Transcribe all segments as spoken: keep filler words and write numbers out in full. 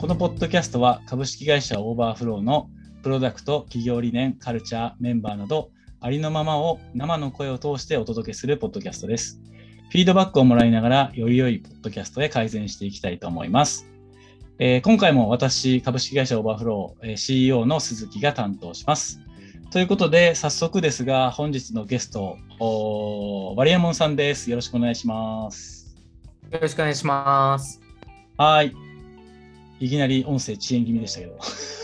のポッドキャストは株式会社オーバーフローのプロダクト、企業理念、カルチャー、メンバーなどありのままを生の声を通してお届けするポッドキャストです。フィードバックをもらいながらより良いポッドキャストへ改善していきたいと思います。えー、今回も私、株式会社オーバーフロー、えー、シーイーオー の鈴木が担当します。ということで早速ですが本日のゲスト、ワリエモンさんです。よろしくお願いします。 よろしくお願いします。 はい。いきなり音声遅延気味でしたけど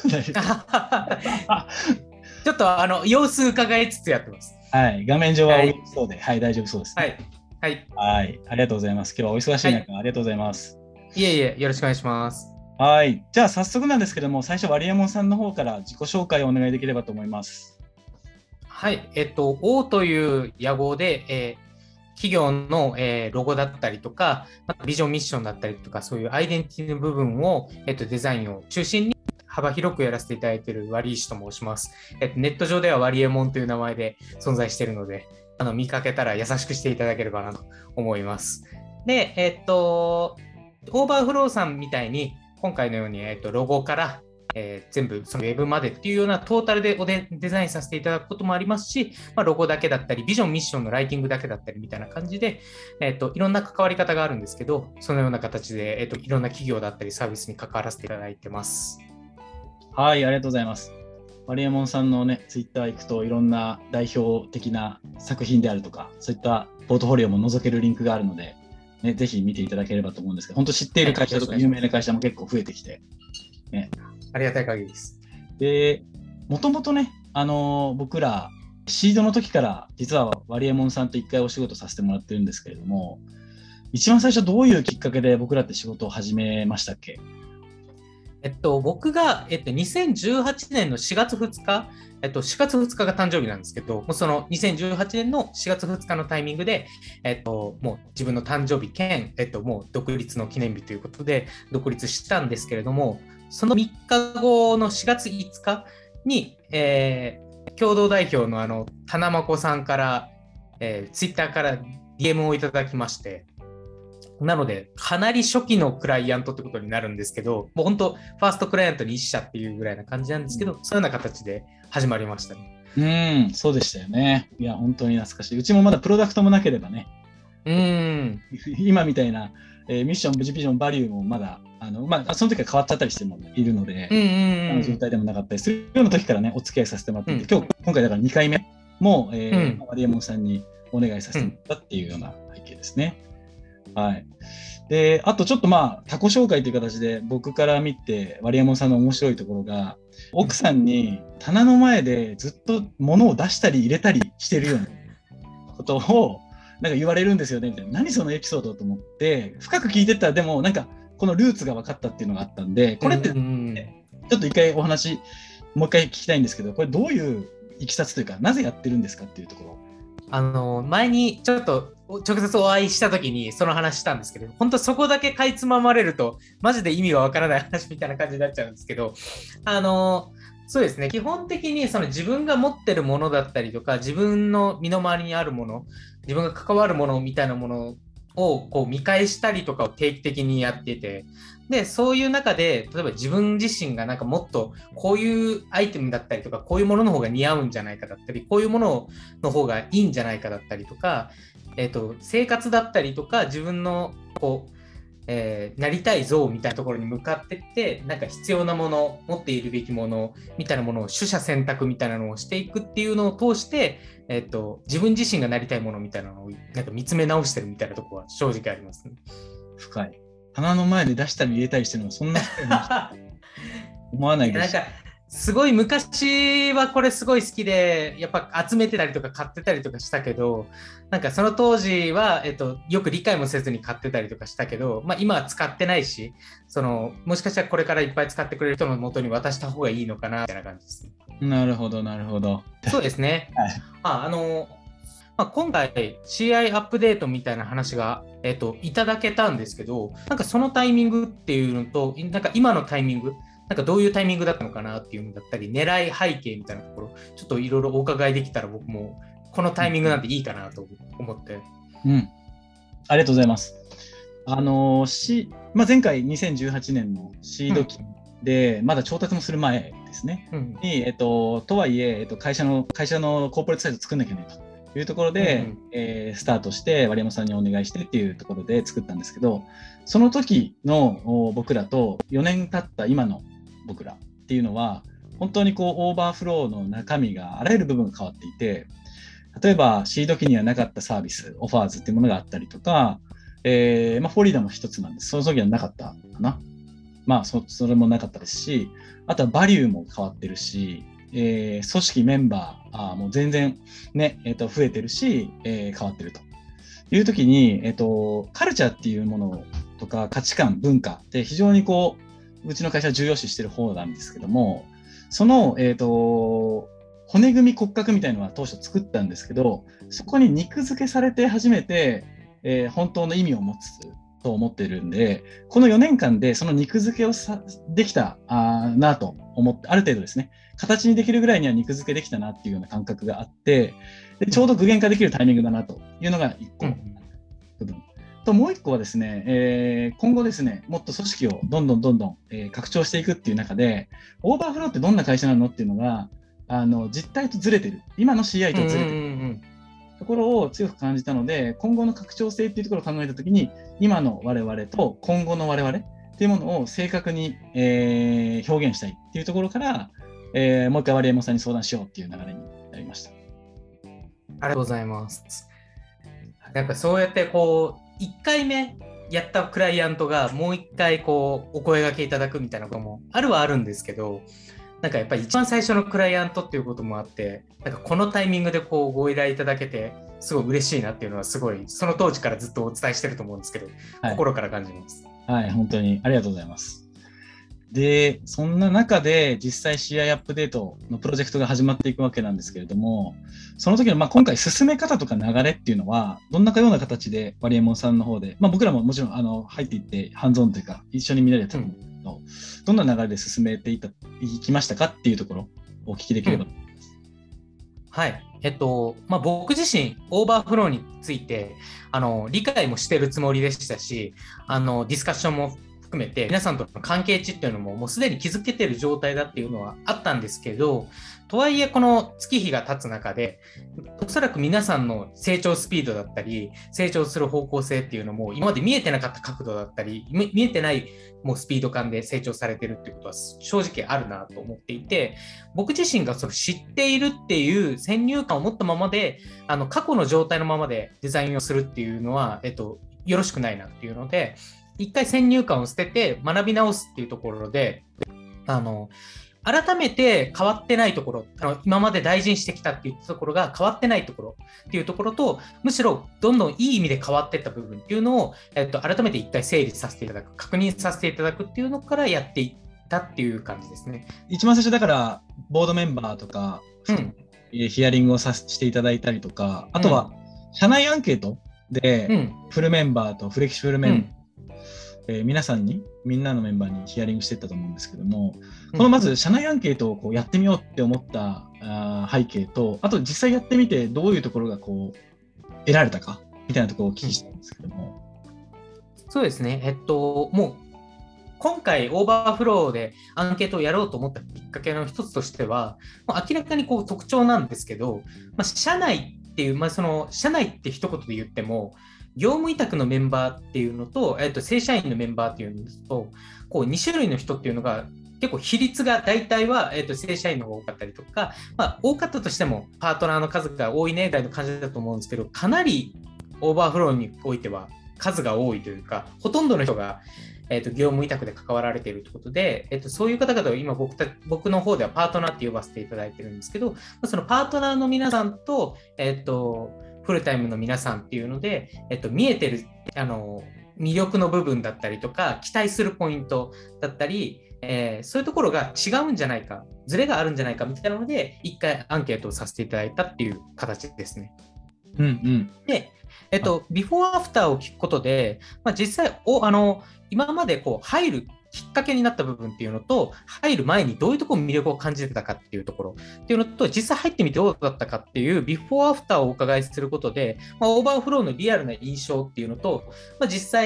ちょっとあの様子伺いつつやってます。 はい、画面上はお元気そうで、はい、はい、大丈夫そうです、ね。 はい、 はい、はい、ありがとうございます。今日はお忙しい中、はい、ありがとうございます。 いえいえ、よろしくお願いします。 はい、じゃあ早速なんですけども、最初ワリエモンさんの方から自己紹介をお願いできればと思います。 はい、えっと O という屋号で、えー企業の、えー、ロゴだったりとか、ビジョンミッションだったりとか、そういうアイデンティティの部分を、えっと、デザインを中心に幅広くやらせていただいているワリイシと申します。えっと、ネット上ではワリエモンという名前で存在しているので、あの見かけたら優しくしていただければなと思います。で、えっと、オーバーフローさんみたいに、今回のように、えっと、ロゴから、えー、全部そのウェブまでっていうようなトータルでおでデザインさせていただくこともありますし、まあ、ロゴだけだったりビジョンミッションのライティングだけだったりみたいな感じで、えー、といろんな関わり方があるんですけど、そのような形で、えー、といろんな企業だったりサービスに関わらせていただいてます。 はい、ありがとうございます。ワリエモンさんのねツイッター行くといろんな代表的な作品であるとかそういったポートフォリオも覗けるリンクがあるので、ね、ぜひ見ていただければと思うんですけど、本当知っている会社とか有名な会社も結構増えてきて、ね、 ありがたい限りです。 で、もともとね、あのー、僕らシードの時から実はワリエモンさんと一回お仕事させてもらってるんですけれども、一番最初どういうきっかけで僕らって仕事を始めましたっけ？ えっと、僕が、えっと、にせんじゅうはちねんのしがつふつか、えっと、しがつふつかが誕生日なんですけど、もうそのにせんじゅうはちねんのしがつふつかのタイミングで、えっと、もう自分の誕生日兼、えっと、もう独立の記念日ということで独立したんですけれども、そのみっかごのしがついつかに、えー、共同代表のあの田中子さんから、えー、ツイッターから ディーエム をいただきまして、なのでかなり初期のクライアントってことになるんですけど、もう本当ファーストクライアントに一社っていうぐらいな感じなんですけど、うん、そういうような形で始まりましたね。うん、そうでしたよね。いや本当に懐かしい。うちもまだプロダクトもなければね、 うん今みたいな、えー、ミッション、ビジョン、バリューもまだあの、まあ、その時は変わっちゃったりしてもいるので、 うんうんうん、 あの状態でもなかったりするような時からねお付き合いさせてもらっていて、うん、今日今回だからにかいめも、えーうん、ワリエモンさんにお願いさせてもらったっていうような背景ですね。うん、はい。で、あとちょっとまあ他己紹介という形で僕から見てワリエモンさんの面白いところが、奥さんに棚の前でずっと物を出したり入れたりしてるようなことをなんか言われるんですよねみたいな。何そのエピソードと思って深く聞いてったら、でもなんかこのルーツが分かったっていうのがあったんで、これって、ね、ちょっと一回お話もう一回聞きたいんですけど、これどういういきさつというかなぜやってるんですかっていうところ。 あの前にちょっと直接お会いした時にその話したんですけど、本当そこだけかいつままれるとマジで意味がわからない話みたいな感じになっちゃうんですけど、あのそうですね、基本的にその自分が持ってるものだったりとか、自分の身の回りにあるもの、自分が関わるものみたいなものをこう見返したりとかを定期的にやっていて、でそういう中で例えば自分自身がなんかもっとこういうアイテムだったりとか、こういうものの方が似合うんじゃないかだったり、こういうものの方がいいんじゃないかだったりとか、えーと、生活だったりとか自分のこう、えー、なりたい像みたいなところに向かってって、なんか必要なもの、持っているべきものみたいなものを取捨選択みたいなのをしていくっていうのを通して、えーと、自分自身がなりたいものみたいなのをなんか見つめ直してるみたいなところは正直ありますね。 深い。棚の前で出したり入れたりしてるのそんな思わないです。 なんかすごい昔はこれすごい好きでやっぱ集めてたりとか買ってたりとかしたけど、なんかその当時は、えっと、よく理解もせずに買ってたりとかしたけど、まあ、今は使ってないし、そのもしかしたらこれからいっぱい使ってくれる人の元に渡した方がいいのかなみたいな感じです。 なるほどなるほど。 そうですね、はい。ああのまあ、今回 シーアイ アップデートみたいな話が、えっと、いただけたんですけど、なんかそのタイミングっていうのと、なんか今のタイミング、なんかどういうタイミングだったのかなっていうのだったり、狙い背景みたいなところ、ちょっといろいろお伺いできたら僕もこのタイミングなんていいかなと思って。 うん、ありがとうございます。 あのーしまあ、前回にせんじゅうはちねんのシード期で、うん、まだ調達もする前ですね、うん、に、えっと、とはいえ、えっと、会社の会社のコーポレートサイト作んなきゃねというところで、うんえー、スタートして割山さんにお願いしてっていうところで作ったんですけど、その時の僕らとよねん経った今の僕らっていうのは本当にこうオーバーフローの中身があらゆる部分が変わっていて、例えばシード期にはなかったサービス、オファーズっていうものがあったりとか、えーまあ、フォリダも一つなんです。その時はなかったかな。まあそ、それもなかったですし、あとはバリューも変わってるし、えー、組織メンバーあもう全然ね、えー、と増えてるし、えー、変わってるという時に、えー、とカルチャーっていうものとか価値観、文化って非常にこう、うちの会社は重要視してる方なんですけども、その、えー、と骨組み骨格みたいなのは当初作ったんですけど、そこに肉付けされて初めて、えー、本当の意味を持つと思ってるんで、このよねんかんでその肉付けをさできたあなと思って、ある程度ですね、形にできるぐらいには肉付けできたなっていうような感覚があって、でちょうど具現化できるタイミングだなというのがいっこの部分。うんともう一個はですね、えー、今後ですね、もっと組織をどんどんどんどん、えー、拡張していくっていう中で、オーバーフローってどんな会社なのっていうのが、あの実態とずれてる、今の シーアイ とずれてる、うんうんうん、ところを強く感じたので、今後の拡張性っていうところを考えたときに、今の我々と今後の我々っていうものを正確に、えー、表現したいっていうところから、えー、もう一回割山さんに相談しようっていう流れになりました。 ありがとうございます。なんかそうやってこういっかいめやったクライアントがもういっかいこうお声掛けいただくみたいなこともあるはあるんですけど、なんかやっぱり一番最初のクライアントっていうこともあって、なんかこのタイミングでこうご依頼いただけてすごい嬉しいなっていうのはすごいその当時からずっとお伝えしてると思うんですけど、はい、心から感じます。 はい、本当にありがとうございます。で、そんな中で実際 シーアイ アップデートのプロジェクトが始まっていくわけなんですけれども、その時のまあ今回進め方とか流れっていうのはどんなような形でバリエモンさんの方で、まあ、僕らももちろんあの入っていってハンズオンというか一緒に見られたと思うんですけど、うん、どんな流れで進めていったいきましたかっていうところをお聞きできれば、うん、 はい、えっとまあ、僕自身オーバーフローについてあの理解もしてるつもりでしたし、あのディスカッションも含めて皆さんとの関係値っていうのももうすでに築けてる状態だっていうのはあったんですけど、とはいえこの月日が経つ中でおそらく皆さんの成長スピードだったり成長する方向性っていうのも今まで見えてなかった角度だったり見えてないもうスピード感で成長されてるっていうことは正直あるなと思っていて、僕自身がその知っているっていう先入観を持ったままであの過去の状態のままでデザインをするっていうのは、えっと、よろしくないなっていうので、一回先入観を捨てて学び直すっていうところで、あの改めて変わってないところ、あの今まで大事にしてきたっていうところが変わってないところっていうところと、むしろどんどんいい意味で変わっていった部分っていうのを、えっと、改めて一回整理させていただく、確認させていただくっていうのからやっていったっていう感じですね。 一番最初だからボードメンバーとか、うん、ヒアリングをさせていただいたりとか、あとは社内アンケートで、うん、フルメンバーとフレキシブルメンバー、うんえー、皆さんにみんなのメンバーにヒアリングしていったと思うんですけども、このまず社内アンケートをこうやってみようって思ったあ背景と、あと実際やってみてどういうところがこう得られたかみたいなところをお聞きしたいんですけども。 そうですね、えっともう今回オーバーフローでアンケートをやろうと思ったきっかけの一つとしては、明らかにこう特徴なんですけど、まあ、社内っていう、まあ、その社内って一言で言っても業務委託のメンバーっていうのと、えっと、正社員のメンバーっていうのと、こうに種類の人っていうのが結構比率が大体は、えっと、正社員の方が多かったりとか、まあ、多かったとしてもパートナーの数が多いねぐらいの感じだと思うんですけど、かなりオーバーフローにおいては数が多いというか、ほとんどの人が、えっと、業務委託で関わられているということで、えっと、そういう方々を今 僕, た僕の方ではパートナーって呼ばせていただいてるんですけど、そのパートナーの皆さんと、えっとフルタイムの皆さんっていうので、えっと、見えてるあの魅力の部分だったりとか期待するポイントだったり、えー、そういうところが違うんじゃないか、ズレがあるんじゃないかみたいなので一回アンケートをさせていただいたっていう形ですね。 うんうん、 で、えっと、ビフォーアフターを聞くことで、まあ、実際おあの今までこう入るきっかけになった部分っていうのと、入る前にどういうところに魅力を感じてたかっていうところっていうのと、実際入ってみてどうだったかっていうビフォーアフターをお伺いすることで、まあ、オーバーフローのリアルな印象っていうのと、まあ、実際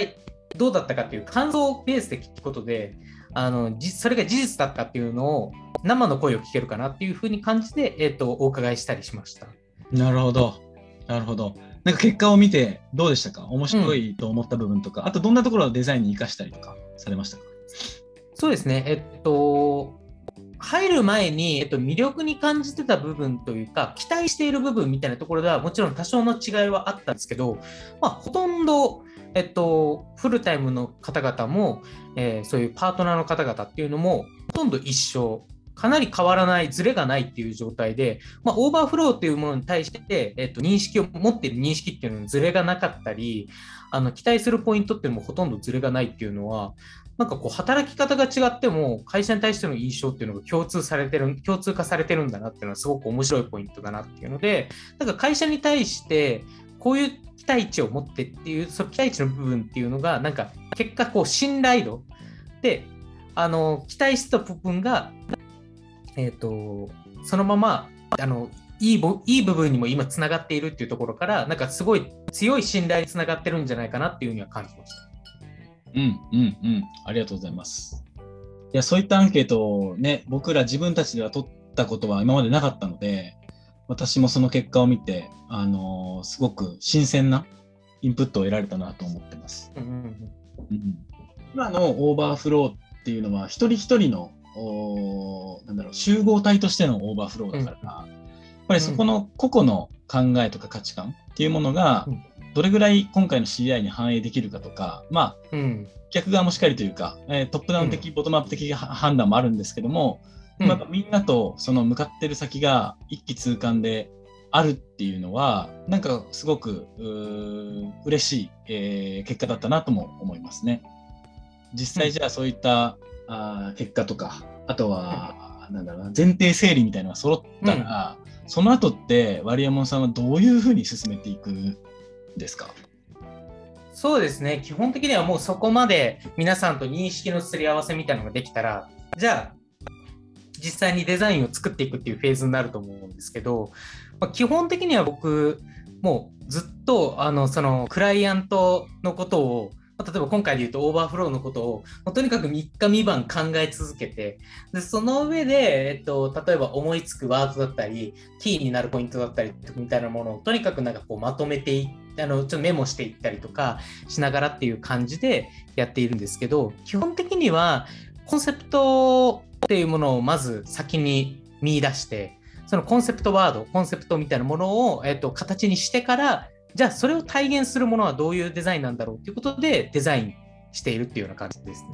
どうだったかっていう感想ベースで聞くことで、あのじそれが事実だったっていうのを生の声を聞けるかなっていうふうに感じて、えー、とお伺いしたりしました。 なるほど。なるほど。なんか結果を見てどうでしたか？面白いと思った部分とか、うん、あとどんなところをデザインに生かしたりとかされましたか？ そうですね。えっと、入る前に、えっと、魅力に感じてた部分というか、期待している部分みたいなところでは、もちろん多少の違いはあったんですけど、まあ、ほとんど、えっと、フルタイムの方々も、えー、そういうパートナーの方々っていうのも、ほとんど一緒。かなり変わらない、ズレがないっていう状態で、まあ、オーバーフローっていうものに対して、えっと、認識を持っている認識っていうのにズレがなかったり、あの期待するポイントっていうのもほとんどズレがないっていうのは、なんかこう働き方が違っても会社に対しての印象っていうのが共通されてる、共通化されてるんだなっていうのはすごく面白いポイントだなっていうので、なんか会社に対してこういう期待値を持ってっていう、その期待値の部分っていうのが、なんか結果こう信頼度で、あの期待してた部分が、えっと、そのまま、あの、いいぼ、いい部分にも今つながっているっていうところから、なんかすごい強い信頼につながってるんじゃないかなっていうふうには感じました。 うんうんうん。ありがとうございます。いや、そういったアンケートをね、僕ら自分たちでは取ったことは今までなかったので、私もその結果を見て、あのー、すごく新鮮なインプットを得られたなと思ってます。うんうんうん、今のオーバーフローっていうのは、一人一人のおなんだろう集合体としてのオーバーフローだから、うん、やっぱりそこの個々の考えとか価値観っていうものが、うん、どれぐらい今回の シーアイ に反映できるかとか、まあ、うん、逆側もしっかりというか、えー、トップダウン的、うん、ボトムアップ的判断もあるんですけども、うん、やっぱみんなとその向かってる先が一気通貫であるっていうのは、なんかすごくう嬉しい、えー、結果だったなとも思いますね。実際じゃあそういった、うん、あ結果とか、あとは、うん、なんだろうな、前提整理みたいなのが揃ったら、うん、その後ってワリエモンさんはどういうふうに進めていくんですか？ そうですね、基本的にはもうそこまで皆さんと認識のすり合わせみたいなのができたら、じゃあ実際にデザインを作っていくっていうフェーズになると思うんですけど、まあ、基本的には僕もうずっとあのそのクライアントのことを、例えば今回で言うとオーバーフローのことをとにかくみっかみばん考え続けて、でその上で、えっと、例えば思いつくワードだったりキーになるポイントだったりみたいなものをとにかくなんかこうまとめていってあのちょっとメモしていったりとかしながらっていう感じでやっているんですけど、基本的にはコンセプトっていうものをまず先に見出して、そのコンセプトワード、コンセプトみたいなものを、えっと、形にしてから、じゃあそれを体現するものはどういうデザインなんだろうということでデザインしているっていうような感じですね。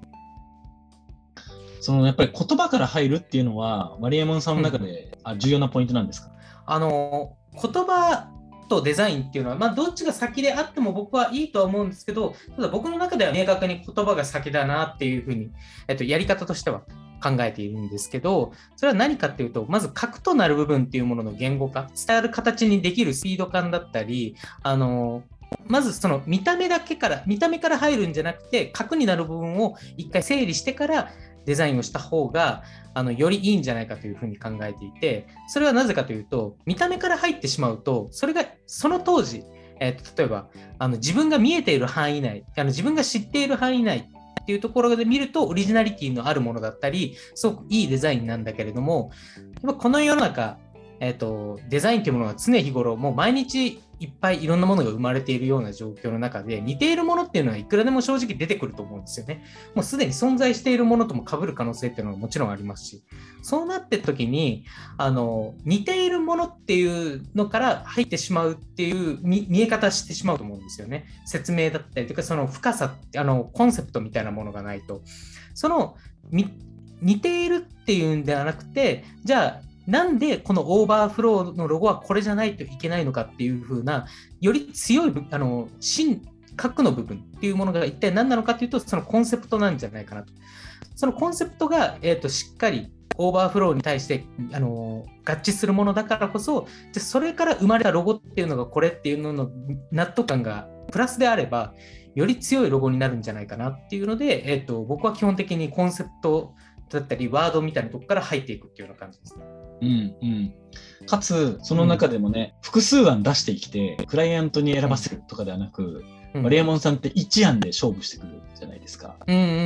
そのやっぱり言葉から入るっていうのはワリエモンさんの中で、うん、重要なポイントなんですか？ あの言葉とデザインっていうのは、まあ、どっちが先であっても僕はいいとは思うんですけど、ただ僕の中では明確に言葉が先だなっていうふうに、えっと、やり方としては考えているんですけど、それは何かっていうと、まず核となる部分っていうものの言語化、伝わる形にできるスピード感だったり、あのまずその見た目だけから見た目から入るんじゃなくて、核になる部分を一回整理してからデザインをした方があのよりいいんじゃないかというふうに考えていて、それはなぜかというと、見た目から入ってしまうと、それがその当時、えー、例えばあの自分が見えている範囲内、あの自分が知っている範囲内っていうところで見るとオリジナリティのあるものだったり、すごくいいデザインなんだけれども、やっぱこの世の中、えーと、デザインというものは常日頃、もう毎日いっぱいいろんなものが生まれているような状況の中で、似ているものっていうのはいくらでも正直出てくると思うんですよね。もうすでに存在しているものとも被る可能性っていうのはもちろんありますし、そうなって時にあの似ているものっていうのから入ってしまうっていう 見, 見え方してしまうと思うんですよね。説明だったりとか、その深さ、あのコンセプトみたいなものがないと、その似ているっていうんではなくて、じゃあなんでこのオーバーフローのロゴはこれじゃないといけないのかっていう風な、より強いあの真核の部分っていうものが一体何なのかというと、そのコンセプトなんじゃないかなと。そのコンセプトが、えーと、しっかりオーバーフローに対してあの合致するものだからこそ、じゃそれから生まれたロゴっていうのがこれっていうのの納得感がプラスであれば、より強いロゴになるんじゃないかなっていうので、えーと、僕は基本的にコンセプトだったりワードみたいなところから入っていくっていうような感じですね。 うんうん、かつその中でもね、うん、複数案出してきてクライアントに選ばせるとかではなく、 マリエモンさんって一案で勝負してくるじゃないですか。 うんうんうん、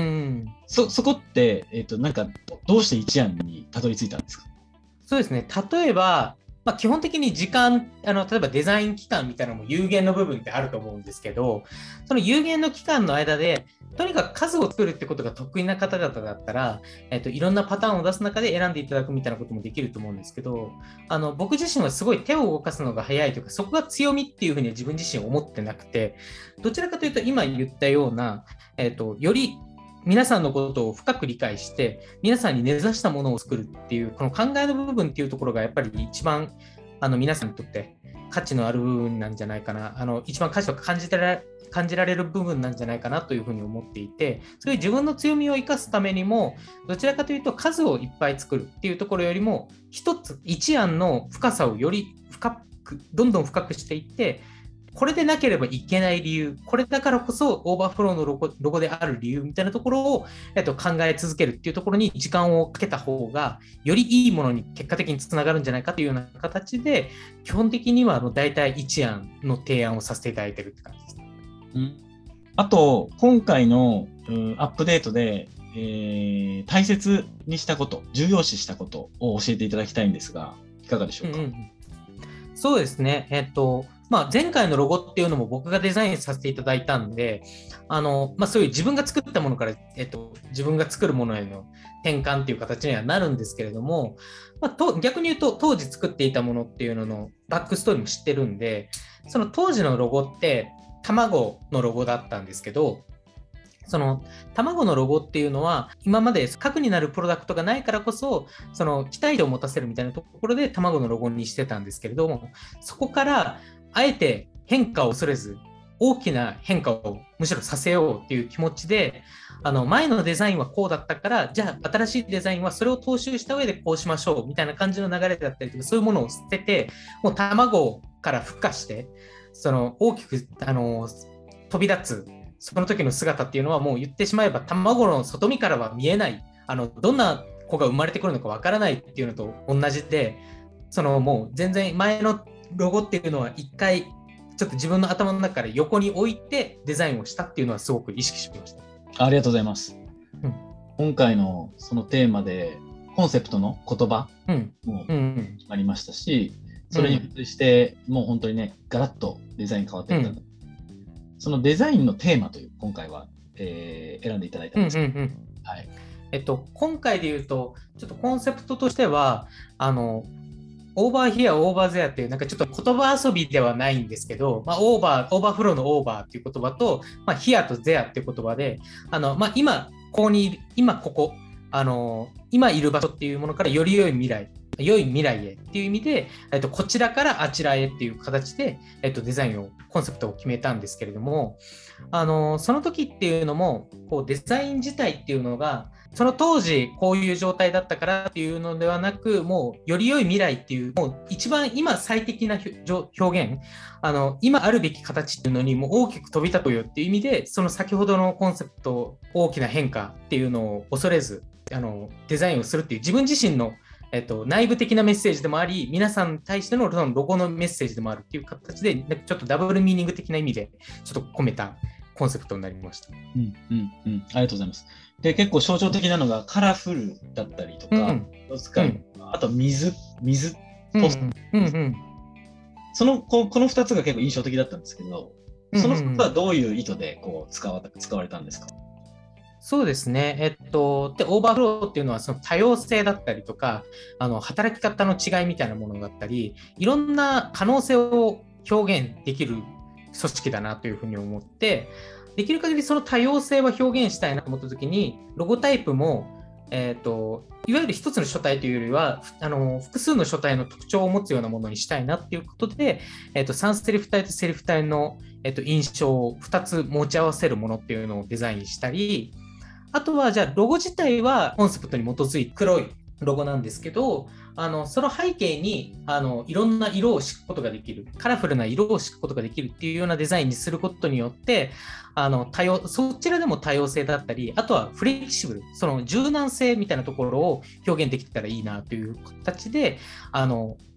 そ、そこって、えっと、なんか、どうして一案にたどり着いたんですか？ そうですね。例えば、まあ、基本的に時間、あの、例えばデザイン期間みたいなのも有限の部分ってあると思うんですけど、その有限の期間の間で、とにかく数を作るってことが得意な方々だったら、えっと、いろんなパターンを出す中で選んでいただくみたいなこともできると思うんですけど、あの、僕自身はすごい手を動かすのが早いというか、そこが強みっていうふうには自分自身思ってなくて、どちらかというと今言ったような、えっと、より皆さんのことを深く理解して、皆さんに根ざしたものを作るっていう、この考えの部分っていうところがやっぱり一番、あの皆さんにとって価値のある部分なんじゃないかな、あの一番価値を感じてら感じられる部分なんじゃないかなというふうに思っていて、そういう自分の強みを生かすためにも、どちらかというと数をいっぱい作るっていうところよりも、一つ、一案の深さをより深く、どんどん深くしていって、これでなければいけない理由、これだからこそオーバーフローのロゴ、ロゴである理由みたいなところを、えっと、考え続けるっていうところに時間をかけた方が、よりいいものに結果的につながるんじゃないかというような形で、基本的にはあの大体一案の提案をさせていただいているって感じです。 うん、あと、今回の、うん、アップデートで、えー、大切にしたこと、重要視したことを教えていただきたいんですが、いかがでしょうか？ うんうん、そうですね。えっと、まあ、前回のロゴっていうのも僕がデザインさせていただいたんで、あの、まあ、そういう自分が作ったものから、えっと、自分が作るものへの転換っていう形にはなるんですけれども、まあ、と逆に言うと当時作っていたものっていうののバックストーリーも知ってるんで、その当時のロゴって卵のロゴだったんですけど、その卵のロゴっていうのは今まで核になるプロダクトがないからこそ、その期待度を持たせるみたいなところで卵のロゴにしてたんですけれども、そこからあえて変化を恐れず大きな変化をむしろさせようっていう気持ちで、あの前のデザインはこうだったから、じゃあ新しいデザインはそれを踏襲した上でこうしましょうみたいな感じの流れだったりとか、そういうものを捨てて、もう卵から孵化して、その大きくあの飛び立つその時の姿っていうのは、もう言ってしまえば卵の外見からは見えない、あのどんな子が生まれてくるのかわからないっていうのと同じで、そのもう全然前のロゴっていうのは一回ちょっと自分の頭の中から横に置いてデザインをしたっていうのはすごく意識しました。 ありがとうございます。 うん、 今回のそのテーマでコンセプトの言葉も決まりましたし、うんうんうん、それに付してもう本当にねガラッとデザイン変わっていった、うん、そのデザインのテーマという今回は、えー、選んでいただいたんですけど、うんうんうん、はい、 えっと、今回で言うとちょっとコンセプトとしてはあのオーバーヒア、オーバーゼアっていうなんかちょっと言葉遊びではないんですけど、まあ、オーバー、オーバーフローのオーバーっていう言葉と、まあ、ヒアとゼアっていう言葉で、あの、まあ、今、ここに、今ここ、あの、今いる場所っていうものからより良い未来、良い未来へっていう意味で、えっと、こちらからあちらへっていう形で、えっと、デザインを、コンセプトを決めたんですけれども、あの、その時っていうのも、こうデザイン自体っていうのが、その当時こういう状態だったからっていうのではなく、もうより良い未来っていう、もう一番今最適な表現、あの今あるべき形っていうのにもう大きく飛び立とうよっていう意味で、その先ほどのコンセプト、大きな変化っていうのを恐れず、あのデザインをするっていう自分自身の、えっと、内部的なメッセージでもあり、皆さんに対してのロゴのメッセージでもあるっていう形で、ちょっとダブルミーニング的な意味でちょっと込めたコンセプトになりました。 うんうんうん、ありがとうございます。で、結構象徴的なのがカラフルだったりとか、色使い、うん、あと水、水と、うんうんうん、そのこ、このふたつが結構印象的だったんですけど、そのふたつはどういう意図でこう使わ、使われたんですか？ そうですね。えっと、で、オーバーフローっていうのはその多様性だったりとか、あの、働き方の違いみたいなものだったり、いろんな可能性を表現できる組織だなというふうに思って、できる限りその多様性は表現したいなと思ったときに、ロゴタイプも、えーと、いわゆる一つの書体というよりは、あの複数の書体の特徴を持つようなものにしたいなっていうことで、えーと、さんセリフ体とセリフ体の、えーと、印象をふたつ持ち合わせるものっていうのをデザインしたり、あとはじゃあロゴ自体はコンセプトに基づいて黒いロゴなんですけど、あのその背景にあのいろんな色を敷くことができる、カラフルな色を敷くことができるっていうようなデザインにすることによって、あの多様そちらでも多様性だったり、あとはフレキシブル、その柔軟性みたいなところを表現できたらいいなという形で、あの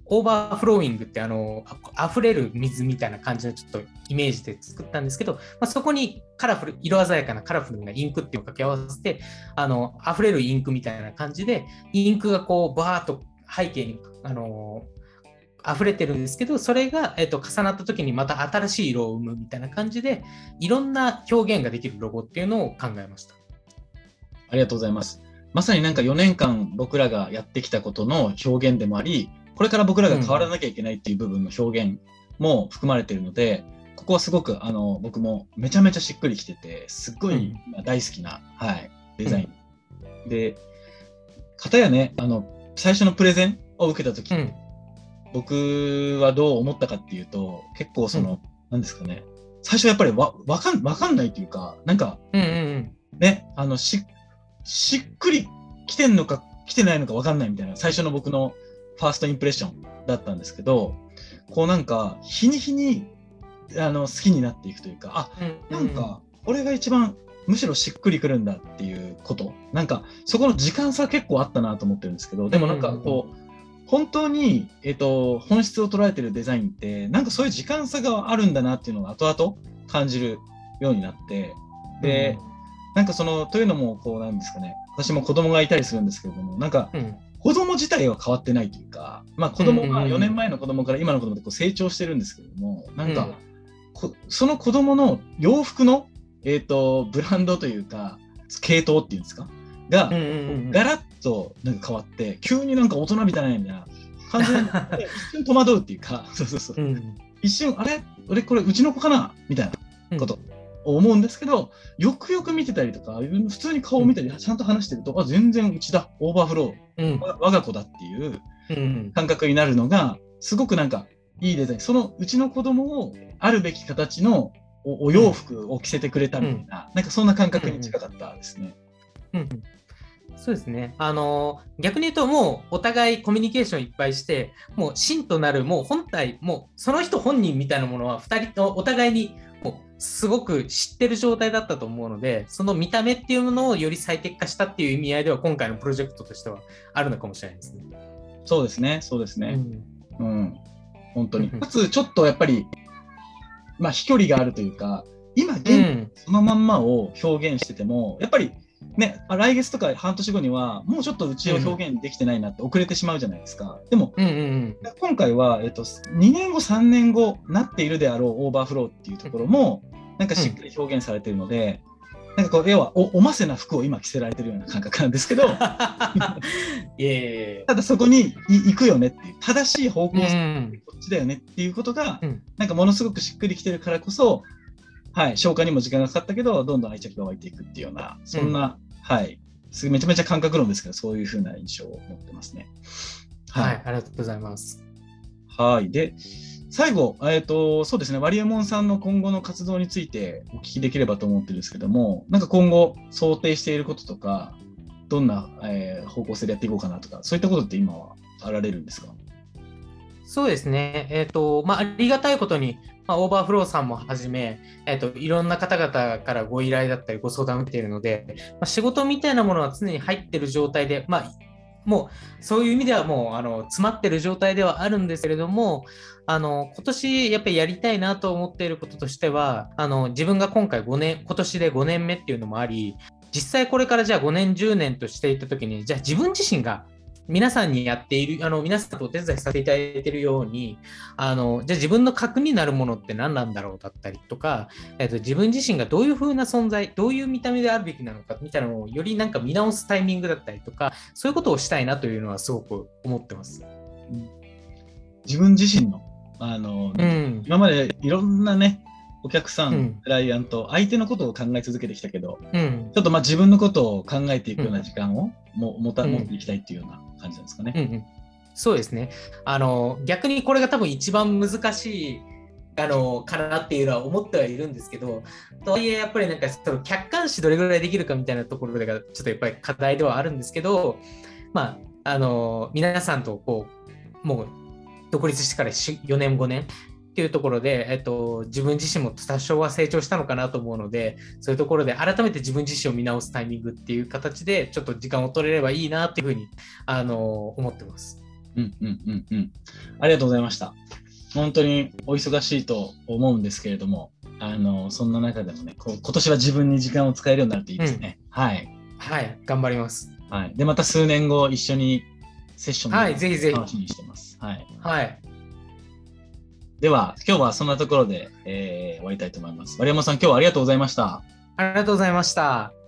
オーバーフローイングってあのあ溢れる水みたいな感じのちょっとイメージで作ったんですけど、まあ、そこにカラフル、色鮮やかなカラフルなインクっていうのを掛け合わせて、あの溢れるインクみたいな感じで、インクがこうバーッと背景にあの溢れてるんですけど、それが、えっと、重なった時にまた新しい色を生むみたいな感じで、いろんな表現ができるロゴっていうのを考えました。 ありがとうございます。まさになんかよねんかん僕らがやってきたことの表現でもあり、これから僕らが変わらなきゃいけないっていう部分の表現も含まれているので、ここはすごくあの僕もめちゃめちゃしっくりきてて、すっごい大好きな、はい、デザイン。うん、で、かたやね、あの最初のプレゼンを受けたとき、うん、僕はどう思ったかっていうと、結構その、うん、なんですかね、最初やっぱりわわかん、わかんないというか、なんか、うんうんうん、ね、あのし、しっくりきてんのか来てないのかわかんないみたいな、最初の僕のファーストインプレッションだったんですけど、こうなんか日に日にあの好きになっていくというか、あ、なんかこれが一番むしろしっくりくるんだっていうこと、なんかそこの時間差結構あったなと思ってるんですけど、でもなんかこう本当に、えっと、本質を捉えてるデザインってなんかそういう時間差があるんだなっていうのが後々感じるようになって、で、なんかそのというのもこうなんですかね、私も子供がいたりするんですけれども、なんか、うん子供自体は変わってないというか、まあ子供がよねんまえの子供から今の子供でこう成長してるんですけれども、なんか、うん、その子供の洋服の、えーと、ブランドというか、系統っていうんですかが、ガラッとなんか変わって、急になんか大人みたいな感じで、一瞬戸惑うっていうか、そうそうそう。うん、一瞬、あれ俺これうちの子かなみたいなこと。うん思うんですけど、よくよく見てたりとか、普通に顔を見たり、ちゃんと話してると、あ、全然うちだ、オーバーフロー、うん、我が子だっていう感覚になるのが、すごくなんかいいデザイン。そのうちの子供をあるべき形の お, お洋服を着せてくれたみたいな、うん、なんかそんな感覚に近かったですね。 うんうんそうですね。あの、逆に言うともうお互いコミュニケーションいっぱいして、もう芯となる、もう本体、もうその人本人みたいなものはふたりとお互いにもうすごく知ってる状態だったと思うので、その見た目っていうものをより最適化したっていう意味合いでは今回のプロジェクトとしてはあるのかもしれないですね。 そうですね、そうですね。うん、うん、本当に。かつちょっとやっぱり、まあ飛距離があるというか、今現そのまんまを表現してても、やっぱりね、来月とか半年後にはもうちょっとうちを表現できてないなって遅れてしまうじゃないですか。でも、うんうんうん、今回は、えっと、にねんごさんねんごなっているであろうオーバーフローっていうところもなんかしっかり表現されているので、うん、なんかこう要は お, おませな服を今着せられてるような感覚なんですけどいやいやいやただそこに行くよねっていう正しい方向性こっちだよねっていうことが、うん、なんかものすごくしっくりきてるからこそはい、消化にも時間がかかったけどどんどん愛着が湧いていくっていうようなそんな、うん、はいめちゃめちゃ感覚論ですけどそういう風な印象を持ってますね。 はい、はい、ありがとうございます。 はいで最後、えーと、そうですねワリエモンさんの今後の活動についてお聞きできればと思ってるんですけども、なんか今後想定していることとかどんな、えー、方向性でやっていこうかなとかそういったことって今はあられるんですか？ そうですね、えーとまあ、ありがたいことにまあ、オーバーフローさんもはじめ、えーと、いろんな方々からご依頼だったりご相談を受けているので、まあ、仕事みたいなものは常に入っている状態で、まあ、もうそういう意味ではもうあの詰まっている状態ではあるんですけれども、あの今年やっぱりやりたいなと思っていることとしては、あの自分が今回ごねん、今年でごねんめっていうのもあり、実際これからじゃあごねんじゅうねんとしていったときに、じゃあ自分自身が皆さんにやっている、あの皆さんとお手伝いさせていただいているように、あのじゃあ自分の核になるものって何なんだろうだったりとか、えっと、自分自身がどういう風な存在、どういう見た目であるべきなのかみたいなのをよりなんか見直すタイミングだったりとか、そういうことをしたいなというのはすごく思ってます。 うん、自分自身の、あの、うん、今までいろんなね、お客さん、うん、クライアント、相手のことを考え続けてきたけど、うん、ちょっとまあ自分のことを考えていくような時間をも、うん、持た持っていきたいっていうような感じなんですかね。 うんうん、そうですね。あの逆にこれが多分一番難しいあのかなっていうのは思ってはいるんですけど、とはいえやっぱりなんかその客観視どれぐらいできるかみたいなところがちょっとやっぱり課題ではあるんですけど、まああの皆さんとこうもう独立してからよねんごねんっていうところで、えっと、自分自身も多少は成長したのかなと思うので、そういうところで改めて自分自身を見直すタイミングっていう形でちょっと時間を取れればいいなっていうふうにあの思ってます。 うんうんうんうん。ありがとうございました。本当にお忙しいと思うんですけれども、あのそんな中でもね、こう今年は自分に時間を使えるようになるといいですね。うん、はい。 はい、頑張ります。 はい。で、また数年後一緒にセッションはい、ぜひぜひ。 楽しみにしてます。はい。 はい。 では、今日はそんなところで、えー、終わりたいと思います。丸山さん、今日はありがとうございました。 ありがとうございました。